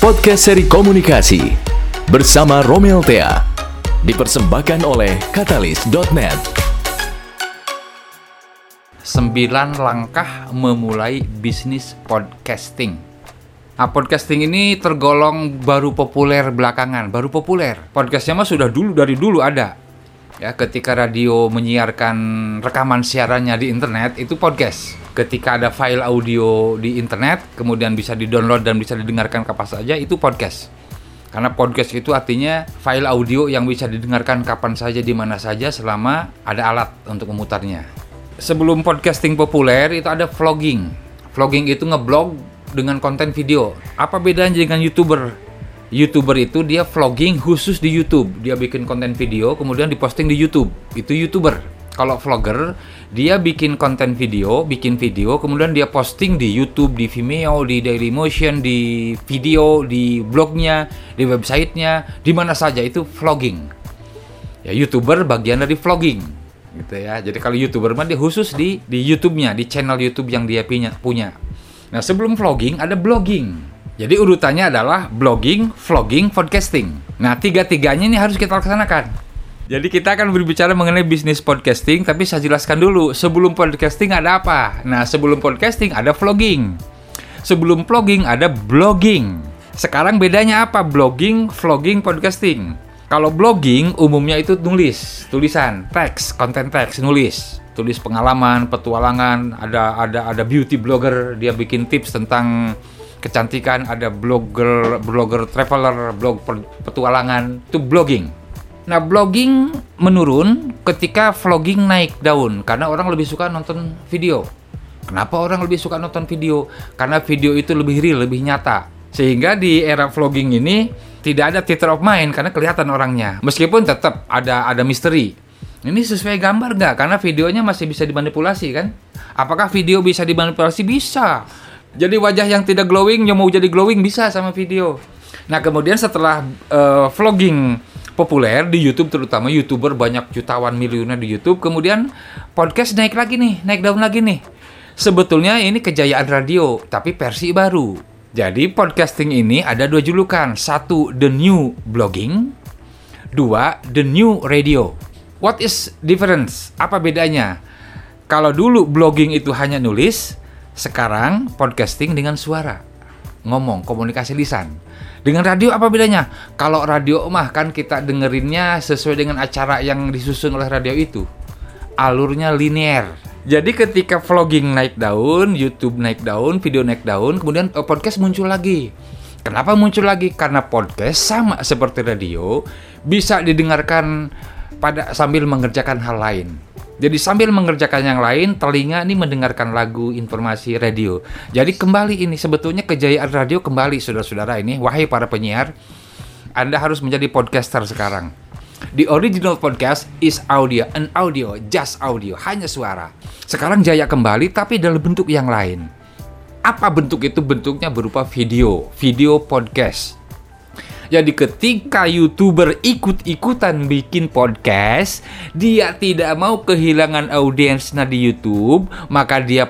podcast seri komunikasi bersama Romel Thea, dipersembahkan oleh Katalis.net. 9 langkah memulai bisnis podcasting. Nah, podcasting ini tergolong baru populer belakangan, baru populer. Podcastnya mah sudah dari dulu ada. Ya, ketika radio menyiarkan rekaman siarannya di internet, itu podcast. Ketika ada file audio di internet, kemudian bisa di-download dan bisa didengarkan kapan saja, itu podcast. Karena podcast itu artinya file audio yang bisa didengarkan kapan saja, di mana saja, selama ada alat untuk memutarnya. Sebelum podcasting populer, itu ada vlogging. Vlogging itu ngeblog dengan konten video. Apa bedanya dengan YouTuber? YouTuber itu dia vlogging khusus di YouTube. Dia bikin konten video, kemudian diposting di YouTube. Itu YouTuber. Kalau vlogger, dia bikin konten video, kemudian dia posting di YouTube, di Vimeo, di Dailymotion, di video, di blognya, di websitenya, di mana saja. Itu vlogging. Ya, YouTuber bagian dari vlogging, gitu ya. Jadi kalau YouTuber mah dia khusus di YouTube-nya, di channel YouTube yang dia punya. Nah, sebelum vlogging ada blogging. Jadi urutannya adalah blogging, vlogging, podcasting. Nah, tiga-tiganya ini harus kita laksanakan. Jadi kita akan berbicara mengenai bisnis podcasting, tapi saya jelaskan dulu, sebelum podcasting ada apa? Nah, sebelum podcasting ada vlogging. Sebelum vlogging ada blogging. Sekarang bedanya apa? Blogging, vlogging, podcasting. Kalau blogging umumnya itu tulisan, teks, konten teks, tulis pengalaman, petualangan, ada beauty blogger, dia bikin tips tentang kecantikan, ada blogger traveler, blog petualangan, itu blogging. Nah, blogging menurun ketika vlogging naik daun karena orang lebih suka nonton video. Kenapa orang lebih suka nonton video? Karena video itu lebih real, lebih nyata. Sehingga di era vlogging ini tidak ada theater of mind karena kelihatan orangnya. Meskipun tetap ada misteri. Ini sesuai gambar nggak? Karena videonya masih bisa dimanipulasi kan? Apakah video bisa dimanipulasi? Bisa. Jadi wajah yang tidak glowing, yang mau jadi glowing bisa sama video. Nah, kemudian setelah vlogging populer di YouTube, terutama YouTuber banyak jutawan miliuner di YouTube, kemudian podcast naik daun lagi nih. Sebetulnya ini kejayaan radio, tapi versi baru. Jadi podcasting ini ada 2 julukan. 1, The New Blogging. 2, The New Radio. What is difference? Apa bedanya? Kalau dulu blogging itu hanya nulis, sekarang podcasting dengan suara, ngomong, komunikasi lisan. Dengan radio apa bedanya? Kalau radio mah kan kita dengerinnya sesuai dengan acara yang disusun oleh radio itu. Alurnya linear. Jadi ketika vlogging naik daun, YouTube naik daun, video naik daun, kemudian podcast muncul lagi. Kenapa muncul lagi? Karena podcast sama seperti radio, bisa didengarkan sambil mengerjakan hal lain. Jadi sambil mengerjakan yang lain, telinga ini mendengarkan lagu, informasi radio. Jadi kembali ini, sebetulnya kejayaan radio kembali, saudara-saudara ini. Wahai para penyiar, Anda harus menjadi podcaster sekarang. The original podcast is audio, just audio, hanya suara. Sekarang jaya kembali, tapi dalam bentuk yang lain. Apa bentuk itu? Bentuknya berupa video podcast. Jadi ketika YouTuber ikut-ikutan bikin podcast, dia tidak mau kehilangan audiensnya di YouTube, maka dia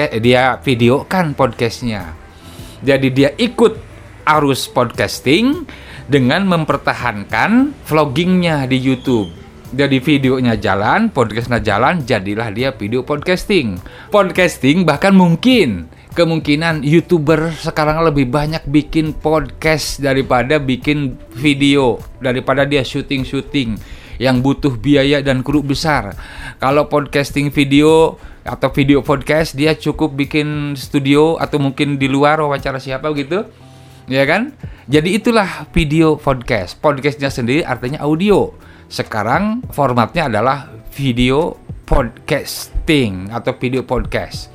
videokan podcastnya. Jadi dia ikut arus podcasting dengan mempertahankan vloggingnya di YouTube. Jadi videonya jalan, podcastnya jalan, jadilah dia video podcasting. Podcasting bahkan kemungkinan YouTuber sekarang lebih banyak bikin podcast daripada bikin video, daripada dia syuting yang butuh biaya dan kru besar. Kalau podcasting video atau video podcast, dia cukup bikin studio atau mungkin di luar wawancara siapa gitu, ya kan? Jadi itulah video podcast. Podcastnya sendiri artinya audio. Sekarang formatnya adalah video podcasting atau video podcast.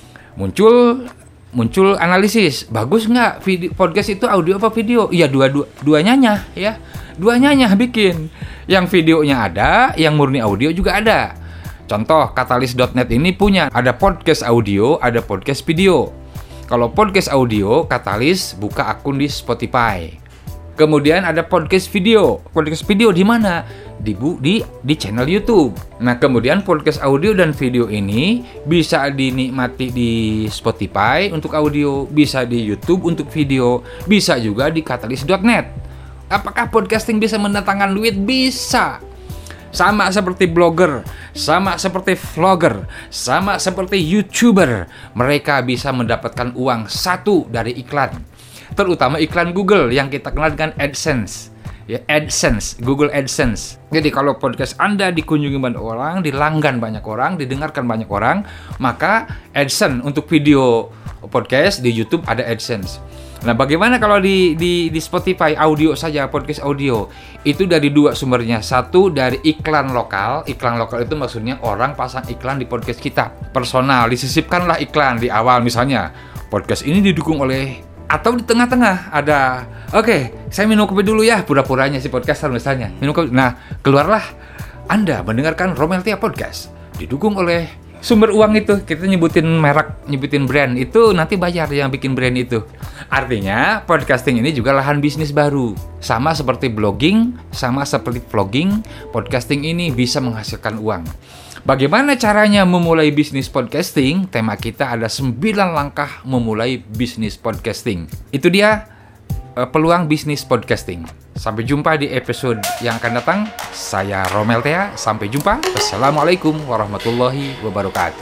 Muncul analisis, bagus nggak podcast itu audio apa video? Iya, duanya ya, duanya bikin. Yang videonya ada, yang murni audio juga ada. Contoh, Katalis.net ini punya, ada podcast audio, ada podcast video. Kalau podcast audio, Katalis buka akun di Spotify. Kemudian ada podcast video. Podcast video di mana? Di channel YouTube. Nah, kemudian podcast audio dan video ini bisa dinikmati di Spotify untuk audio, bisa di YouTube untuk video, bisa juga di Katalis.net. Apakah podcasting bisa mendatangkan duit? Bisa. Sama seperti blogger, sama seperti vlogger, sama seperti YouTuber. Mereka bisa mendapatkan uang satu dari iklan. Terutama iklan Google yang kita kenal dengan AdSense. Ya, AdSense, Google AdSense. Jadi kalau podcast Anda dikunjungi banyak orang, dilanggan banyak orang, didengarkan banyak orang, maka AdSense untuk video podcast di YouTube ada AdSense. Nah, bagaimana kalau di Spotify audio saja, podcast audio? Itu dari dua sumbernya. Satu dari iklan lokal. Iklan lokal itu maksudnya orang pasang iklan di podcast kita. Personal, disisipkanlah iklan di awal misalnya. Podcast ini didukung oleh, atau di tengah-tengah ada, oke, saya minum kopi dulu ya, pura-puranya si podcaster misalnya. Minum kopi. Nah, keluarlah Anda mendengarkan Romeltia Podcast. Didukung oleh sumber uang itu. Kita nyebutin merek, nyebutin brand. Itu nanti bayar yang bikin brand itu. Artinya, podcasting ini juga lahan bisnis baru. Sama seperti blogging, sama seperti vlogging, podcasting ini bisa menghasilkan uang. Bagaimana caranya memulai bisnis podcasting? Tema kita ada 9 langkah memulai bisnis podcasting. Itu dia peluang bisnis podcasting. Sampai jumpa di episode yang akan datang. Saya Romeltea. Sampai jumpa. Wassalamualaikum warahmatullahi wabarakatuh.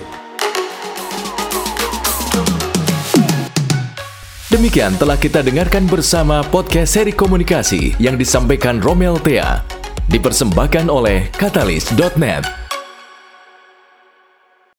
Demikian telah kita dengarkan bersama podcast seri komunikasi yang disampaikan Romeltea. Dipersembahkan oleh Katalis.net.